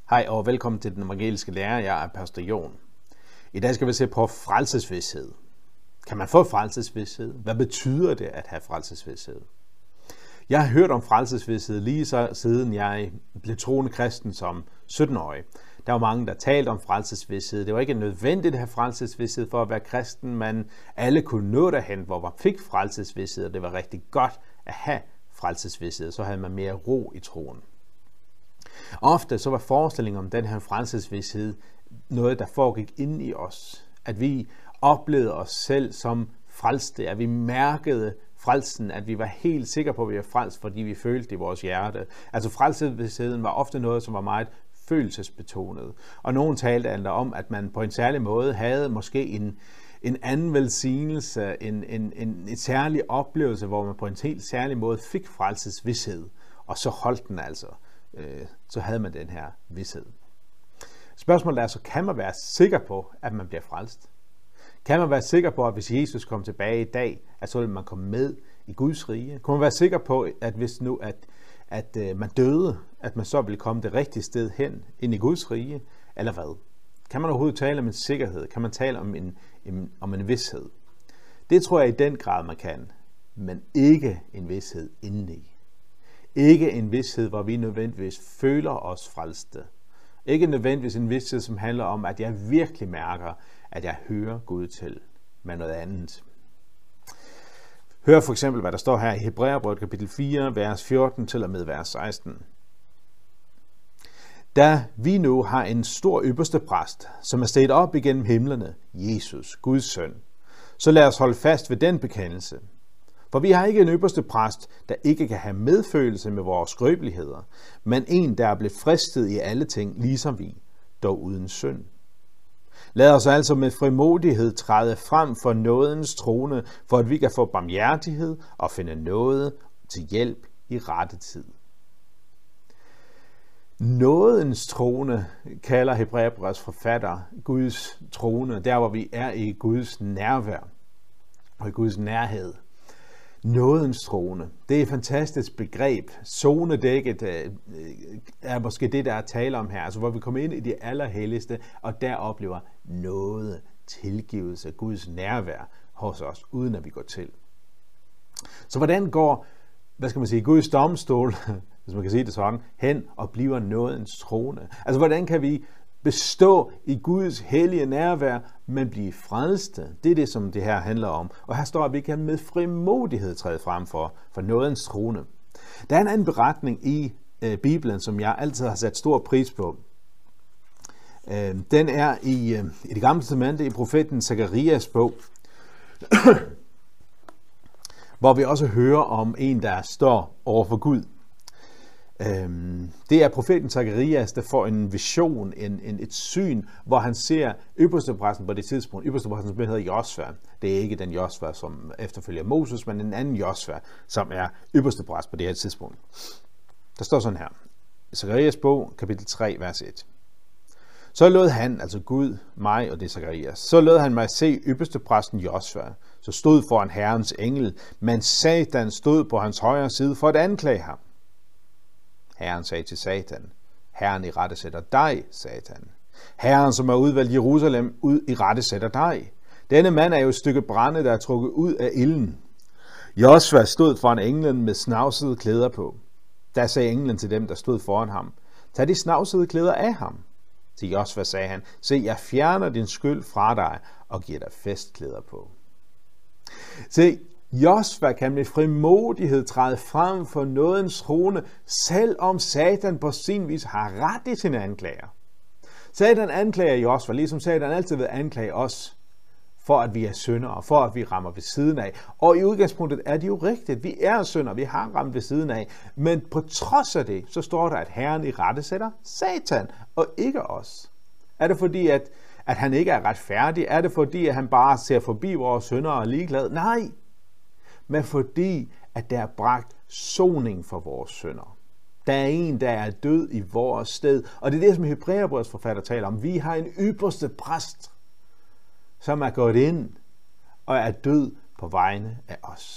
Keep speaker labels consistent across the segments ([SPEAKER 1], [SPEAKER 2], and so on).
[SPEAKER 1] Hej og velkommen til Den Evangeliske Lærer. Jeg er Pastor Jon. I dag skal vi se på frelsesvished. Kan man få frelsesvished? Hvad betyder det at have frelsesvished? Jeg har hørt om frelsesvished lige så siden jeg blev troende kristen som 17-årig. Der var mange, der talte om frelsesvished. Det var ikke nødvendigt at have frelsesvished for at være kristen, men alle kunne nå derhen, hvor man fik frelsesvished, og det var rigtig godt at have frelsesvished. Så havde man mere ro i troen. Ofte så var forestillingen om den her frelsesvished noget, der foregik inde i os. At vi oplevede os selv som frelste, at vi mærkede frelsen, at vi var helt sikre på, at vi var frelst, fordi vi følte det i vores hjerte. Altså frelsesvidheden var ofte noget, som var meget følelsesbetonet. Og nogen talte endda om, at man på en særlig måde havde måske en anden velsignelse, en særlig oplevelse, hvor man på en helt særlig måde fik frelsesvished, og så holdt den altså. Så havde man den her vished. Spørgsmålet er så, kan man være sikker på, at man bliver frelst? Kan man være sikker på, at hvis Jesus kom tilbage i dag, at så ville man komme med i Guds rige? Kunne man være sikker på, at hvis nu at man døde, at man så ville komme det rigtige sted hen, ind i Guds rige? Eller hvad? Kan man overhovedet tale om en sikkerhed? Kan man tale om en vished? Det tror jeg i den grad, man kan, men ikke en vished indeni. Ikke en vished, hvor vi nødvendigvis føler os frelste. Ikke nødvendigvis en vished, som handler om, at jeg virkelig mærker, at jeg hører Gud til, med noget andet. Hør for eksempel, hvad der står her i Hebræerbrevet kapitel 4, vers 14 til og med vers 16. Da vi nu har en stor ypperste præst, som er steget op igennem himlene, Jesus, Guds søn, så lad os holde fast ved den bekendelse. For vi har ikke en ypperste præst, der ikke kan have medfølelse med vores skrøbeligheder, men en, der er blevet fristet i alle ting, ligesom vi, dog uden synd. Lad os altså med frimodighed træde frem for nådens trone, for at vi kan få barmhjertighed og finde nåde til hjælp i rette tid. Nådens trone kalder Hebræerbrevets forfatter Guds trone, der hvor vi er i Guds nærvær og i Guds nærhed. Nådens trone, det er et fantastisk begreb. Zonedækket er måske det, der er tale om her. Altså hvor vi kommer ind i det allerhelligste, og der oplever nåde, tilgivelse, Guds nærvær hos os, uden at vi går til. Så hvordan går, Guds domstol, hvis man kan sige det sådan, hen og bliver nådens trone? Altså hvordan kan vi bestå i Guds hellige nærvær, men blive frelste? Det er det, som det her handler om. Og her står, at vi kan med frimodighed træde frem for nådens trone. Der er en anden beretning i Bibelen, som jeg altid har sat stor pris på. Den er i det gamle testamente, i profeten Zakarias bog, hvor vi også hører om en, der står over for Gud. Det er profeten Zakarias, der får en vision, et syn, hvor han ser ypperstepræsten på det tidspunkt. Ypperstepræsten, som hedder Josva. Det er ikke den Josva, som efterfølger Moses, men en anden Josva, som er ypperstepræst på det her tidspunkt. Der står sådan her. Zakarias bog, kapitel 3, vers 1. Så lod han, altså Gud, mig, og det er Zakarias, så lod han mig se ypperstepræsten Josva, så stod foran Herrens engel, men Satan stod på hans højre side for at anklage ham. Herren sagde til Satan, Herren irettesætter dig, Satan. Herren, som har udvalgt Jerusalem, irettesætter dig. Denne mand er jo et stykke brænde, der er trukket ud af ilden. Josva stod foran englen med snavsede klæder på. Der sagde englen til dem, der stod foran ham, tag de snavsede klæder af ham. Til Josva sagde han, se, jeg fjerner din skyld fra dig og giver dig festklæder på. Se, Josva kan med frimodighed træde frem for nådens trone, selvom Satan på sin vis har ret i sine anklager. Satan anklager Josva, ligesom Satan altid vil anklage os, for at vi er syndere, for at vi rammer ved siden af. Og i udgangspunktet er det jo rigtigt. Vi er syndere, vi har ramt ved siden af. Men på trods af det, så står der, at Herren irettesætter Satan, og ikke os. Er det fordi, at han ikke er retfærdig? Er det fordi, at han bare ser forbi vores syndere og er ligeglad? Nej, men fordi, at der er bragt soning for vores synder. Der er en, der er død i vores sted. Og det er det, som Hebræerbrevets forfatter taler om. Vi har en ypperste præst, som er gået ind og er død på vegne af os.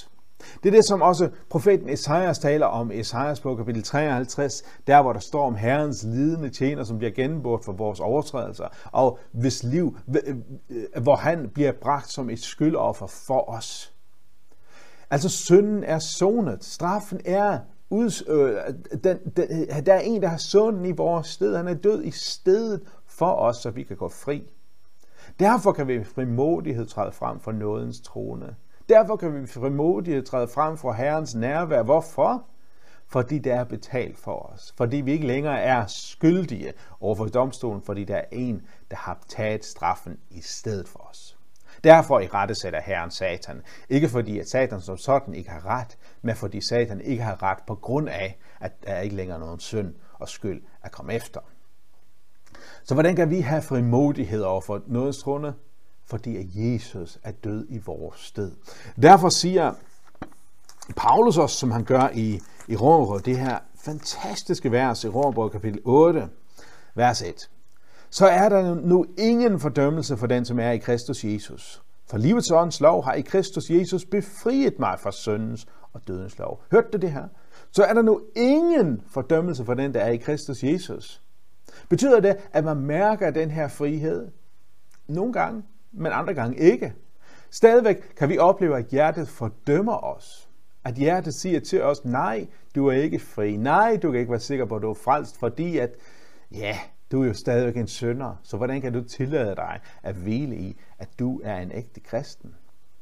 [SPEAKER 1] Det er det, som også profeten Esajas taler om i Esajas bog kapitel 53, der hvor der står om Herrens lidende tjener, som bliver gennembordt for vores overtrædelser, og hvis liv, hvor han bliver bragt som et skyldoffer for os. Altså synden er sonet, straffen er der er en, der har synden i vores sted. Han er død i stedet for os, så vi kan gå fri. Derfor kan vi frimodighed træde frem for nådens trone. Derfor kan vi frimodighed træde frem for Herrens nærvær. Hvorfor? Fordi det er betalt for os. Fordi vi ikke længere er skyldige overfor domstolen, fordi der er en, der har taget straffen i stedet for os. Derfor irettesætter Herren Satan. Ikke fordi, at Satan som sådan ikke har ret, men fordi Satan ikke har ret på grund af, at der ikke længere er nogen synd og skyld at komme efter. Så hvordan kan vi have frimodighed over for nådens trone? Fordi at Jesus er død i vores sted. Derfor siger Paulus også, som han gør i Romerbrevet, det her fantastiske vers i Romerbrevet kapitel 8, vers 1. Så er der nu ingen fordømmelse for den, som er i Kristus Jesus. For livets ånds lov har i Kristus Jesus befriet mig fra syndens og dødens lov. Hørte du det her? Så er der nu ingen fordømmelse for den, der er i Kristus Jesus. Betyder det, at man mærker den her frihed? Nogle gange, men andre gange ikke. Stadigvæk kan vi opleve, at hjertet fordømmer os. At hjertet siger til os, nej, du er ikke fri. Nej, du kan ikke være sikker på, at du er frelst, fordi at, du er jo stadigvæk en synder. Så hvordan kan du tillade dig at hvile i, at du er en ægte kristen?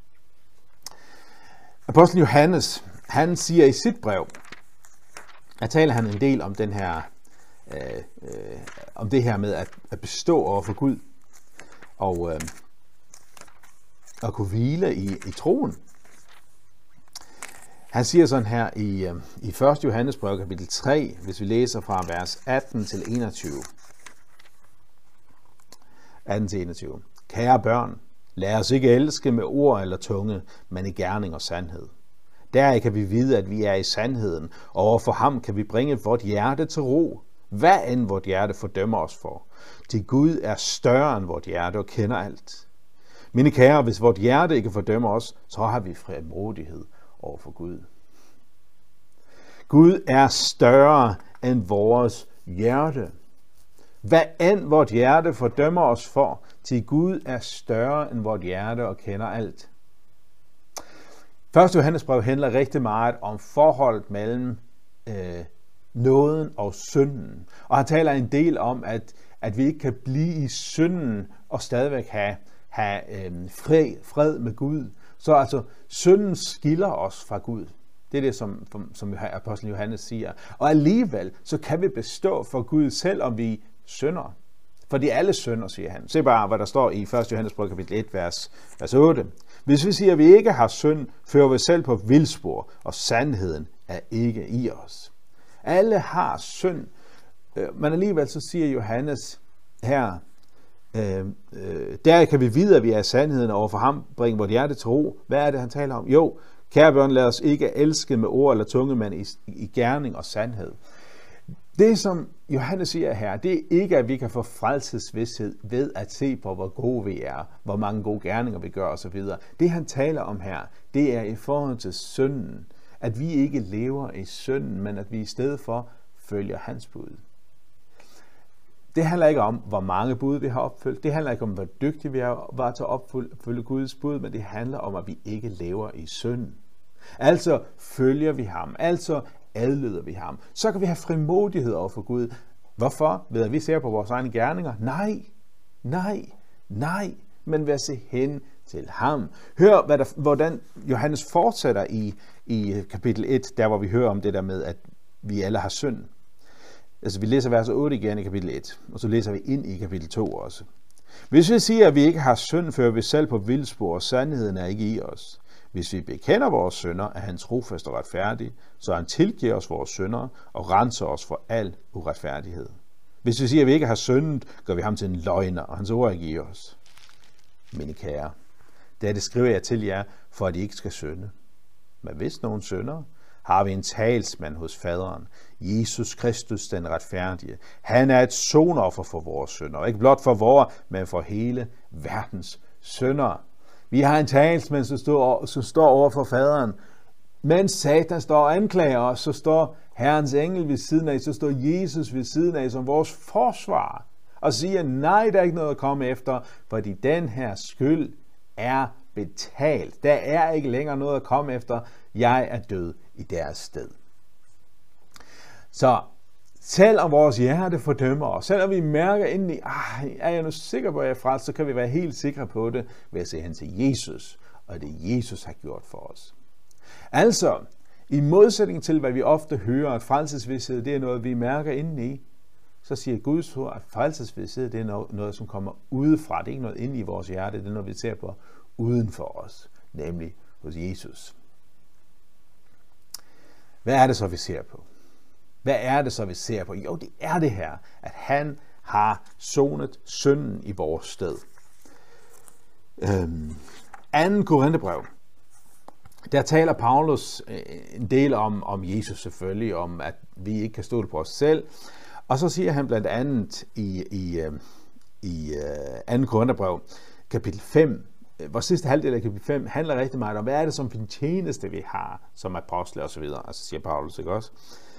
[SPEAKER 1] Apostlen Johannes, han siger i sit brev, der taler han en del om den her, om det her med at bestå over for Gud og kunne hvile i troen. Han siger sådan her i 1. Johannes brev kapitel 3, hvis vi læser fra vers 18 til 21. 18 til 21. Kære børn, lad os ikke elske med ord eller tunge, men i gerning og sandhed. Der kan vi vide, at vi er i sandheden, og overfor ham kan vi bringe vort hjerte til ro, hvad end vort hjerte fordømmer os for. Til Gud er større end vort hjerte og kender alt. Mine kære, hvis vort hjerte ikke fordømmer os, så har vi frimodighed over for Gud. Gud er større end vores hjerte. Hvad end vort hjerte fordømmer os for, til Gud er større end vort hjerte og kender alt. 1. Johannes brev handler rigtig meget om forholdet mellem nåden og synden. Og han taler en del om, at vi ikke kan blive i synden og stadigvæk have fred med Gud. Så altså, synden skiller os fra Gud. Det er det, som apostlen Johannes siger. Og alligevel, så kan vi bestå for Gud, selvom vi synder. Fordi alle synder, siger han. Se bare, hvad der står i 1. Johannes brev kapitel 1, vers 8. Hvis vi siger, at vi ikke har synd, fører vi selv på vildspor, og sandheden er ikke i os. Alle har synd, men alligevel så siger Johannes her, der kan vi vide, at vi er i sandheden over for ham, bringe vort hjerte til ro. Hvad er det, han taler om? Jo, kære børn, lad os ikke elske med ord eller tunge, men i gerning og sandhed. Det, som Johannes siger her, det er ikke, at vi kan få frelsesvished ved at se på, hvor gode vi er, hvor mange gode gerninger vi gør osv. Det, han taler om her, det er i forhold til synden. At vi ikke lever i synden, men at vi i stedet for følger hans bud. Det handler ikke om, hvor mange bud vi har opfyldt. Det handler ikke om, hvor dygtige vi var til at opfylde Guds bud, men det handler om, at vi ikke lever i synd. Altså følger vi ham. Altså adlyder vi ham. Så kan vi have frimodighed over for Gud. Hvorfor? Ved at vi ser på vores egne gerninger? Nej. Men ved at se hen til ham. Hør, hvordan Johannes fortsætter i kapitel 1, der hvor vi hører om det der med, at vi alle har synd. Altså vi læser vers 8 igen i kapitel 1, og så læser vi ind i kapitel 2 også. Hvis vi siger, at vi ikke har synd, fører vi selv på vildspor, og sandheden er ikke i os. Hvis vi bekender vores synder, er han trofast og retfærdig, så han tilgiver os vores synder og renser os for al uretfærdighed. Hvis vi siger, at vi ikke har syndet, gør vi ham til en løgner, og hans ord er ikke i os. Mine kære, det skriver jeg til jer, for at I ikke skal synde. Men hvis nogen synder, har vi en talsmand hos faderen, Jesus Kristus den retfærdige. Han er et sonoffer for vores synder, og ikke blot for vores, men for hele verdens synder. Vi har en talsmand, som står over for faderen, Mens Satan står og anklager os, så står Herrens engel ved siden af, så står Jesus ved siden af som vores forsvar. Og siger, nej, der er ikke noget at komme efter, fordi den her skyld er betalt. Der er ikke længere noget at komme efter. Jeg er død i deres sted. Så selvom vores hjerte fordømmer os, selvom vi mærker indeni, er jeg nu sikker på, at jeg er frelst, så kan vi være helt sikre på det ved at se hen til Jesus, og det Jesus har gjort for os. Altså, i modsætning til, hvad vi ofte hører, at frelsesvished, det er noget, vi mærker indeni, så siger Guds ord, at frelsesvished, det er noget, som kommer udefra. Det er ikke noget inde i vores hjerte, det er noget, vi ser på uden for os, nemlig hos Jesus. Hvad er det så, vi ser på? Hvad er det så, vi ser på? Jo, det er det her, at han har sonet synden i vores sted. 2. Korintherbrev. Der taler Paulus en del om Jesus selvfølgelig, om at vi ikke kan stole på os selv. Og så siger han blandt andet i 2. Korintherbrev, kapitel 5, vores sidste halvdel af kapitel 5 handler rigtig meget om, hvad er det som den tjeneste, vi har som apostle osv. Altså siger Paulus, ikke også?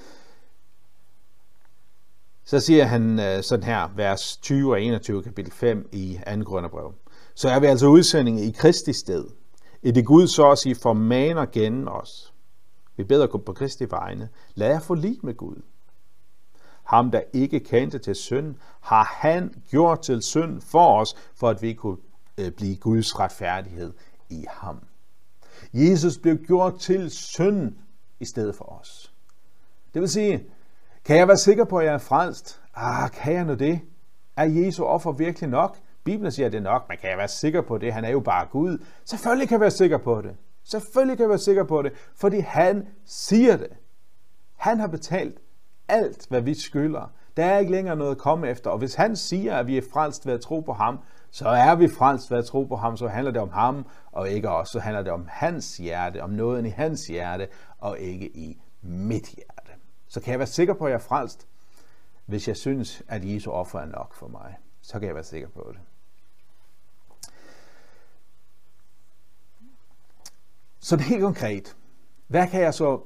[SPEAKER 1] Så siger han sådan her, vers 20 og 21, kapitel 5 i 2. Korintherbrev. Så er vi altså udsending i Kristi sted. I det Gud så at sige formaner gennem os. Vi beder gå på Kristi vegne. Lad jer få lig med Gud. Ham, der ikke kendte til synd, har han gjort til synd for os, for at vi kunne blive Guds retfærdighed i ham. Jesus blev gjort til synd i stedet for os. Det vil sige, kan jeg være sikker på, at jeg er frelst? Kan jeg nu det? Er Jesu offer virkelig nok? Bibelen siger, at det er nok, men kan jeg være sikker på det? Han er jo bare Gud. Selvfølgelig kan jeg være sikker på det. Selvfølgelig kan jeg være sikker på det, fordi han siger det. Han har betalt alt, hvad vi skylder. Der er ikke længere noget at komme efter. Og hvis han siger, at vi er frelst ved at tro på ham, så er vi frelst ved at tro på ham. Så handler det om ham, og ikke os. Så handler det om hans hjerte, om nåden i hans hjerte, og ikke i mit hjerte. Så kan jeg være sikker på, at jeg er frelst, hvis jeg synes, at Jesu offer er nok for mig. Så kan jeg være sikker på det. Så det er helt konkret. Hvad kan jeg så,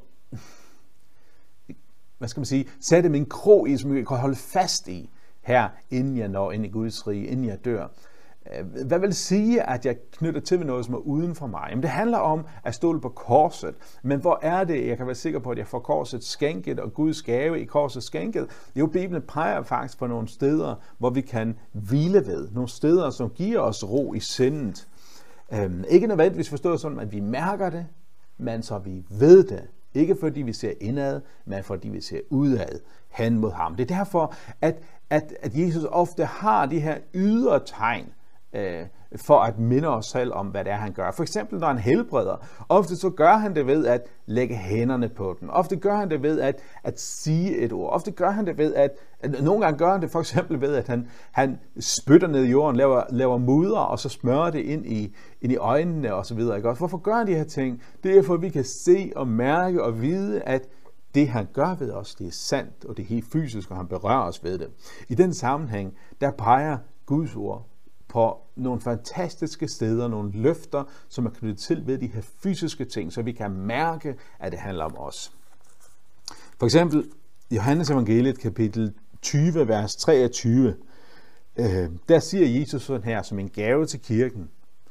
[SPEAKER 1] sætte min krog i, som jeg kan holde fast i her, inden jeg når ind i Guds rige, inden jeg dør? Hvad vil sige, at jeg knytter til med noget, som er uden for mig? Jamen, det handler om at stole på korset. Men hvor er det, jeg kan være sikker på, at jeg får korset skænket, og Guds gave i korset skænket? Jo, Bibelen peger faktisk på nogle steder, hvor vi kan hvile ved. Nogle steder, som giver os ro i sindet. Ikke nødvendigvis forstået sådan, at vi mærker det, men så vi ved det. Ikke fordi vi ser indad, men fordi vi ser udad hen mod ham. Det er derfor, at Jesus ofte har de her ydre tegn, for at minde os selv om, hvad det er, han gør. For eksempel, når han helbreder. Ofte så gør han det ved at lægge hænderne på dem. Ofte gør han det ved at sige et ord. Ofte gør han det ved at nogle gange gør han det for eksempel ved, at han spytter ned i jorden, laver mudder, og så smører det ind i øjnene og så videre. Ikke? Hvorfor gør han de her ting? Det er for, at vi kan se og mærke og vide, at det, han gør ved os, det er sandt, og det er helt fysisk, og han berører os ved det. I den sammenhæng, der peger Guds ord på nogle fantastiske steder, nogle løfter, som er knyttet til ved de her fysiske ting, så vi kan mærke, at det handler om os. For eksempel, Johannes evangeliet, kapitel 20, vers 23, der siger Jesus sådan her, som en gave til kirken,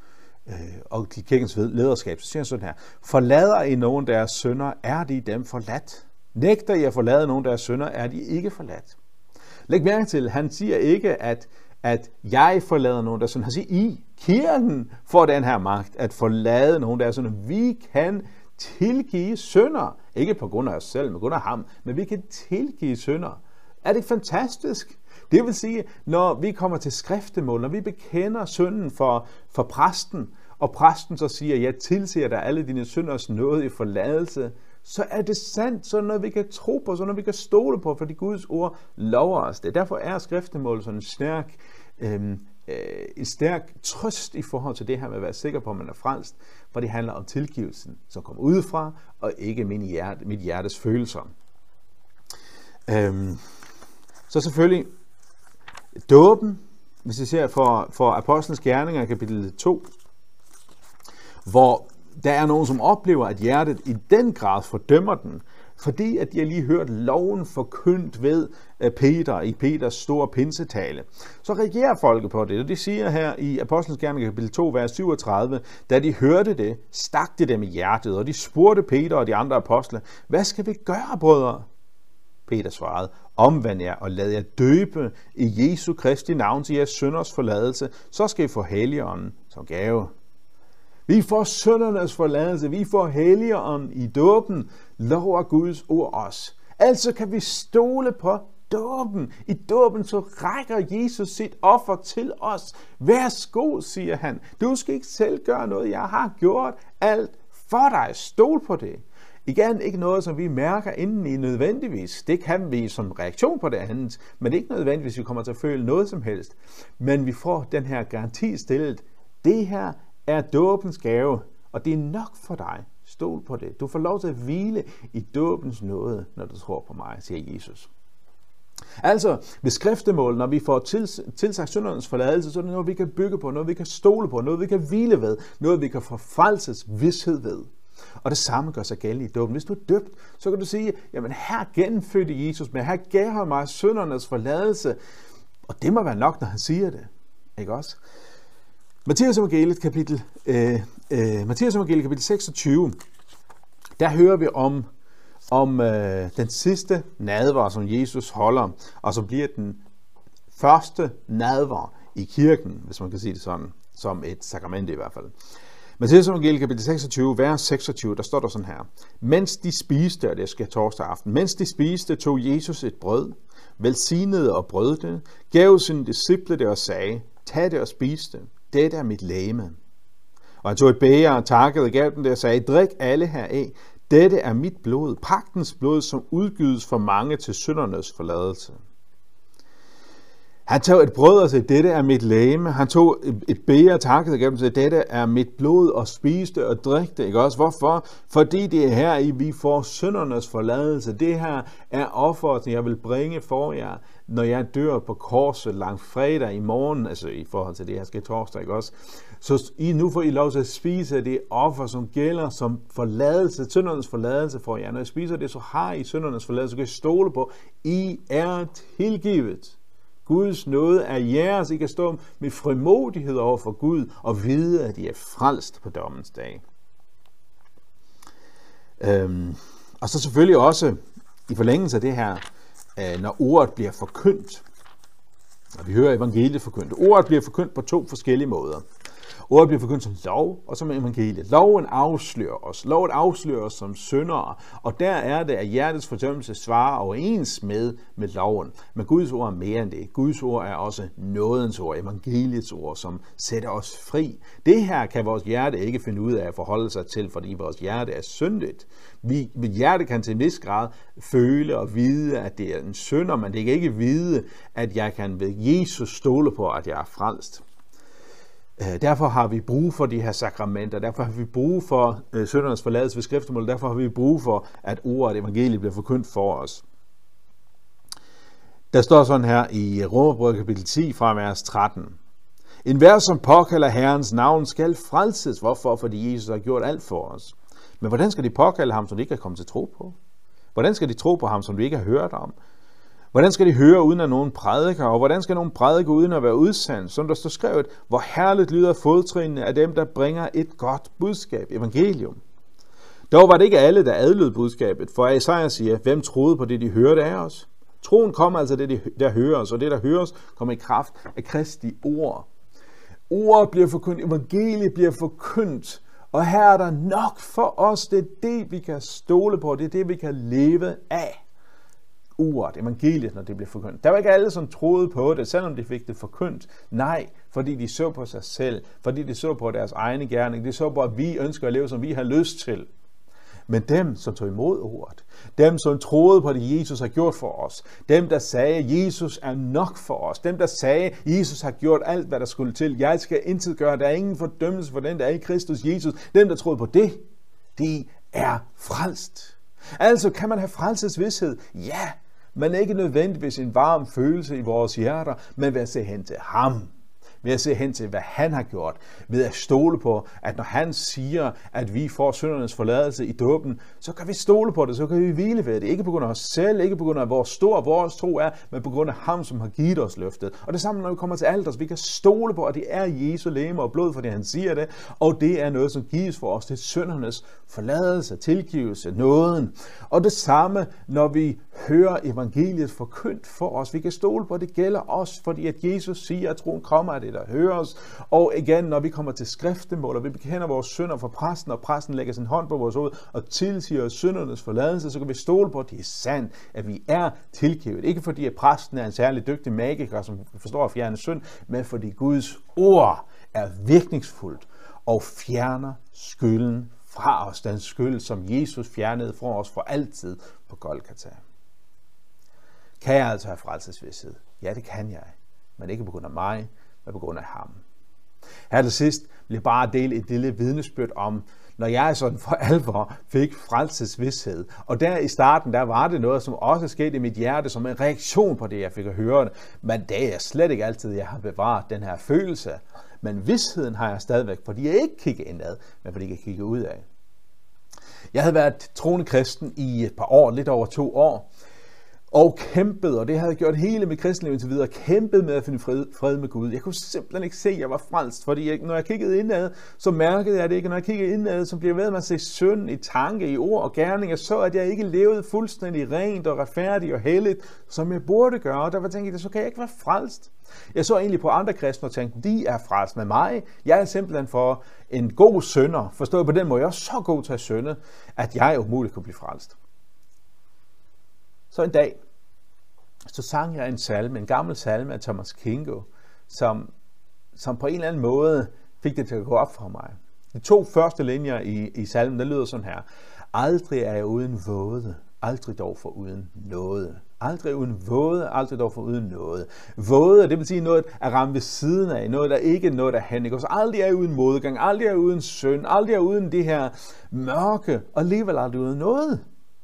[SPEAKER 1] og til kirkens lederskab, så siger han sådan her: forlader I nogen deres synder, er de dem forladt. Nægter I at forlade nogen deres synder, er de ikke forladt. Læg mærke til, han siger ikke, at jeg forlader nogen der synder. Han siger, I, kirken, får den her magt at forlade nogen der synder. Vi kan tilgive synder. Ikke på grund af os selv, men på grund af ham. Men vi kan tilgive synder. Er det ikke fantastisk? Det vil sige, når vi kommer til skriftemål, når vi bekender synden for præsten, og præsten så siger, jeg tilsiger dig alle dine synders nåde i forladelse, så er det sandt, så når vi kan tro på, så når vi kan stole på, fordi Guds ord lover os det. Derfor er skriftemål sådan en stærk trøst i forhold til det her med at være sikker på, at man er frelst, for det handler om tilgivelsen, som kommer udefra, og ikke mit hjertes følelser. Så selvfølgelig dåben, hvis vi ser for Apostlenes Gerninger, kapitel 2, hvor der er nogen, som oplever, at hjertet i den grad fordømmer den, fordi at de har lige hørt loven forkyndt ved Peter i Peters store pinsetale. Så reagerer folket på det, og de siger her i Apostlenes Gerninger kapitel 2, vers 37, da de hørte det, stak det dem i hjertet, og de spurgte Peter og de andre apostle, hvad skal vi gøre, brødre? Peter svarede, omvend jer og lad jer døbe i Jesu Kristi navn til jeres synders forladelse, så skal I få Helligånden som gave. Vi får syndernes forladelse, vi får Helligånden i dåben, lover Guds ord os. Altså kan vi stole på dåben. I dåben så rækker Jesus sit offer til os. Værsgo, siger han. Du skal ikke selv gøre noget, jeg har gjort alt for dig. Stol på det. Igen, ikke noget, som vi mærker indeni nødvendigvis. Det kan vi som reaktion på det andet, men det er ikke nødvendigvis, vi kommer til at føle noget som helst. Men vi får den her garanti stillet. Det her er dåbens gave, og det er nok for dig. Stol på det. Du får lov til at hvile i dåbens nåde, når du tror på mig, siger Jesus. Altså, ved skriftemål, når vi får tilsagt syndernes forladelse, så er det noget, vi kan bygge på, noget, vi kan stole på, noget, vi kan hvile ved, noget, vi kan få frelses vished ved. Og det samme gør sig gældende i dåben. Hvis du er døbt, så kan du sige, jamen her genfødte Jesus, men her gav han mig syndernes forladelse. Og det må være nok, når han siger det. Ikke også? Matteus evangeliet kapitel 26, der hører vi om den sidste nadver, som Jesus holder, og som bliver den første nadver i kirken, hvis man kan sige det sådan, som et sakrament i hvert fald. Matteus evangeliet kapitel 26, vers 26, der står der sådan her. Mens de spiste, og det sker torsdag aften, mens de spiste, tog Jesus et brød, velsignede og brød det, gav sine disciple det og sagde, tag det og spis det, dette er mit legeme. Og han tog et bæger og takkede og gav dem det og sagde, drik alle heraf, dette er mit blod, pagtens blod, som udgydes for mange til syndernes forladelse. Han tog et brød og sagde, dette er mit legeme. Han tog et bæger og takkede og gav dem og sagde, dette er mit blod, og spiste og drik det. Ikke også? Hvorfor? Fordi det er her, i vi får syndernes forladelse. Det her er offeret, som jeg vil bringe for jer, når jeg dør på korset langfredag i morgen, altså i forhold til det her skal torsdag, ikke også? Så nu får I lov til at spise det offer, som gælder som forladelse, syndernes forladelse for jer. Når I spiser det, så har I syndernes forladelse, så kan I stole på, I er tilgivet. Guds nåde er jeres. I kan stå med frimodighed over for Gud og vide, at I er frelst på dommens dag. Og så selvfølgelig også i forlængelse af det her, når ordet bliver forkyndt. Og vi hører evangeliet forkyndt. Ordet bliver forkyndt på 2 forskellige måder. Ordet bliver forkyndt som lov og som evangeliet. Loven afslører os. Loven afslører os som syndere. Og der er det, at hjertets fordømmelse svarer overens med loven. Men Guds ord er mere end det. Guds ord er også nådens ord, evangeliets ord, som sætter os fri. Det her kan vores hjerte ikke finde ud af at forholde sig til, fordi vores hjerte er syndigt. Mit hjerte kan til en vis grad føle og vide, at det er en synder, men det kan ikke vide, at jeg kan ved Jesus stole på, at jeg er frelst. Derfor har vi brug for de her sakramenter, derfor har vi brug for syndernes forladelse ved skriftemål, derfor har vi brug for, at ordet evangeliet bliver forkyndt for os. Der står sådan her i Romerbrevet kapitel 10 fra vers 13. Enhver som påkalder Herrens navn skal frelses. Hvorfor? Fordi Jesus har gjort alt for os. Men hvordan skal de påkalde ham, som de ikke er kommet til tro på? Hvordan skal de tro på ham, som de ikke har hørt om? Hvordan skal de høre uden at nogen prædiker? Og hvordan skal nogen prædike uden at være udsendt? Som der står skrevet, hvor herligt lyder fodtrinene af dem, der bringer et godt budskab, evangelium. Dog var det ikke alle, der adlød budskabet, for Esajas siger, hvem troede på det, de hørte af os? Troen kommer altså det, der høres, og det, der høres, kommer i kraft af Kristi ord. Ordet bliver forkyndt, evangeliet bliver forkyndt, og her er der nok for os. Det er det, vi kan stole på, det er det, vi kan leve af. Ordet, evangeliet, når det bliver forkyndt. Der var ikke alle, som troede på det, selvom de fik det forkyndt. Nej, fordi de så på sig selv, fordi de så på deres egne gerning, de så på, at vi ønsker at leve, som vi har lyst til. Men dem, som tog imod ordet, dem, som troede på det, Jesus har gjort for os, dem, der sagde, Jesus er nok for os, dem, der sagde, Jesus har gjort alt, hvad der skulle til, jeg skal intet gøre, der er ingen fordømmelse for den, der er i Kristus Jesus, dem, der troede på det, de er frelst. Altså, kan man have frelsesvished? Ja, men ikke nødvendigvis en varm følelse i vores hjerter, men ved at se hen til ham. ved at se hen til, hvad han har gjort, ved at stole på, at når han siger, at vi får syndernes forladelse i dåben, så kan vi stole på det, så kan vi hvile ved det. Ikke på grund af os selv, ikke på grund af hvor stor vores tro er, men på grund af ham, som har givet os løftet. Og det samme, når vi kommer til alteret, så vi kan stole på, at det er Jesu legeme og blod, fordi han siger det, og det er noget, som gives for os. Det er syndernes forladelse, tilgivelse, nåden. Og det samme, når vi hører evangeliet forkyndt for os. Vi kan stole på, at det gælder os, fordi at Jesus siger, at troen kommer af det, der hører os. Og igen, når vi kommer til skriftemål, og vi bekender vores synder for præsten, og præsten lægger sin hånd på vores hoved og tilsiger os syndernes forladelse, så kan vi stole på, at det er sandt, at vi er tilgivet. Ikke fordi, at præsten er en særlig dygtig magiker, som forstår at fjerne synd, men fordi Guds ord er virkningsfuldt og fjerner skylden fra os. Den skyld, som Jesus fjernede fra os for altid på Golgata. Kan jeg altså have frelsesvished? Ja, det kan jeg. Men ikke på grund af mig, men på grund af ham. Her til sidst vil jeg bare dele et lille vidnesbyrd om, når jeg sådan for alvor fik frelsesvished. Og der i starten, der var det noget, som også skete i mit hjerte, som en reaktion på det, jeg fik at høre. Men det er slet ikke altid, jeg har bevaret den her følelse. Men vidsheden har jeg stadigvæk, fordi jeg ikke kigger indad, men fordi jeg kigger ud af. Jeg havde været troende kristen i et par år, lidt over 2 år, og kæmpede, og det havde jeg gjort hele mit kristenliv indtil videre, kæmpede med at finde fred med Gud. Jeg kunne simpelthen ikke se, at jeg var frelst, fordi når jeg kiggede indad, så mærkede jeg det ikke. Når jeg kiggede indad, så blev jeg ved med at se synd i tanke, i ord og gerning. Jeg så, at jeg ikke levede fuldstændig rent og retfærdigt og helligt, som jeg burde gøre. Og der tænkte jeg, så kan jeg ikke være frelst. Jeg så egentlig på andre kristne og tænkte, de er frelst med mig. Jeg er simpelthen for en god synder. Forstået på den måde, jeg er så god til at synde, at jeg umuligt kunne blive frelst. Så en dag, så sang jeg en salme, en gammel salme af Thomas Kingo, som på en eller anden måde fik det til at gå op for mig. De 2 første linjer i salmen, der lyder sådan her. Aldrig er jeg uden våde, aldrig dog for uden nåde. Aldrig uden våde, aldrig dog for uden nåde. Våde, det vil sige noget at ramme ved siden af, noget der ikke er noget der handler. Så aldrig er jeg uden modgang, aldrig er jeg uden synd, aldrig er jeg uden det her mørke, og alligevel aldrig uden noget.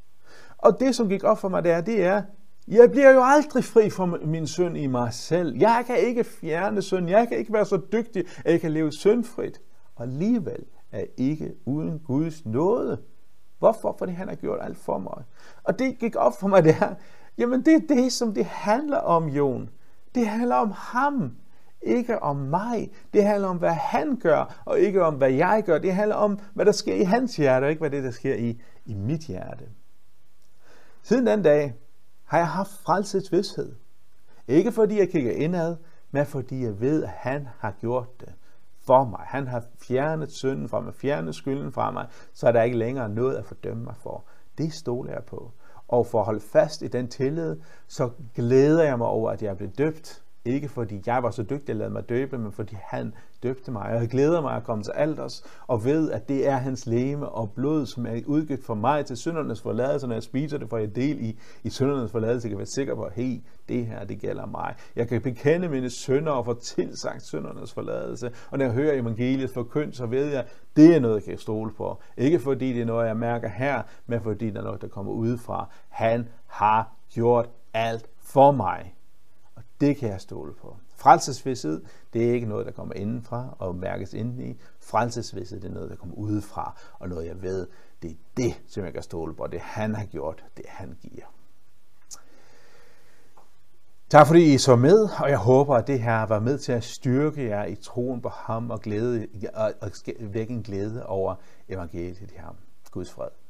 [SPEAKER 1] Og det, som gik op for mig, det er, jeg bliver jo aldrig fri fra min synd i mig selv. Jeg kan ikke fjerne synd. Jeg kan ikke være så dygtig, at jeg kan leve syndfrit. Og alligevel er jeg ikke uden Guds nåde. Hvorfor? Fordi han har gjort alt for mig. Og det gik op for mig der. Jamen det er det, som det handler om, Jon. Det handler om ham. Ikke om mig. Det handler om, hvad han gør, og ikke om, hvad jeg gør. Det handler om, hvad der sker i hans hjerte, og ikke hvad det, der sker i mit hjerte. Siden den dag har jeg haft frelsesvished. Ikke fordi jeg kigger indad, men fordi jeg ved, at han har gjort det for mig. Han har fjernet synden fra mig, fjernet skylden fra mig, så er der ikke længere noget at fordømme mig for. Det stoler jeg på. Og for at holde fast i den tillid, så glæder jeg mig over, at jeg er blevet døbt. Ikke fordi jeg var så dygtig at lade mig døbe, men fordi han døbte mig. Jeg glæder mig at komme til alters og ved, at det er hans legeme og blod, som er udgivet for mig til syndernes forladelse. Når jeg spiser det, får jeg del i syndernes forladelse. Jeg kan være sikker på, at hey, det her, det gælder mig. Jeg kan bekende mine synder og få tilsagt syndernes forladelse. Og når jeg hører evangeliet forkyndt, så ved jeg, det er noget, jeg kan stole på. Ikke fordi det er noget, jeg mærker her, men fordi det er noget, der kommer udefra. Han har gjort alt for mig. Det kan jeg stole på. Frelsesvished, det er ikke noget, der kommer indenfra og mærkes indeni. Frelsesvished, det er noget, der kommer udefra, og noget, jeg ved, det er det, som jeg kan stole på. Det han har gjort, det han giver. Tak fordi I så med, og jeg håber, at det her var med til at styrke jer i troen på ham og vække en glæde over evangeliet i ham. Guds fred.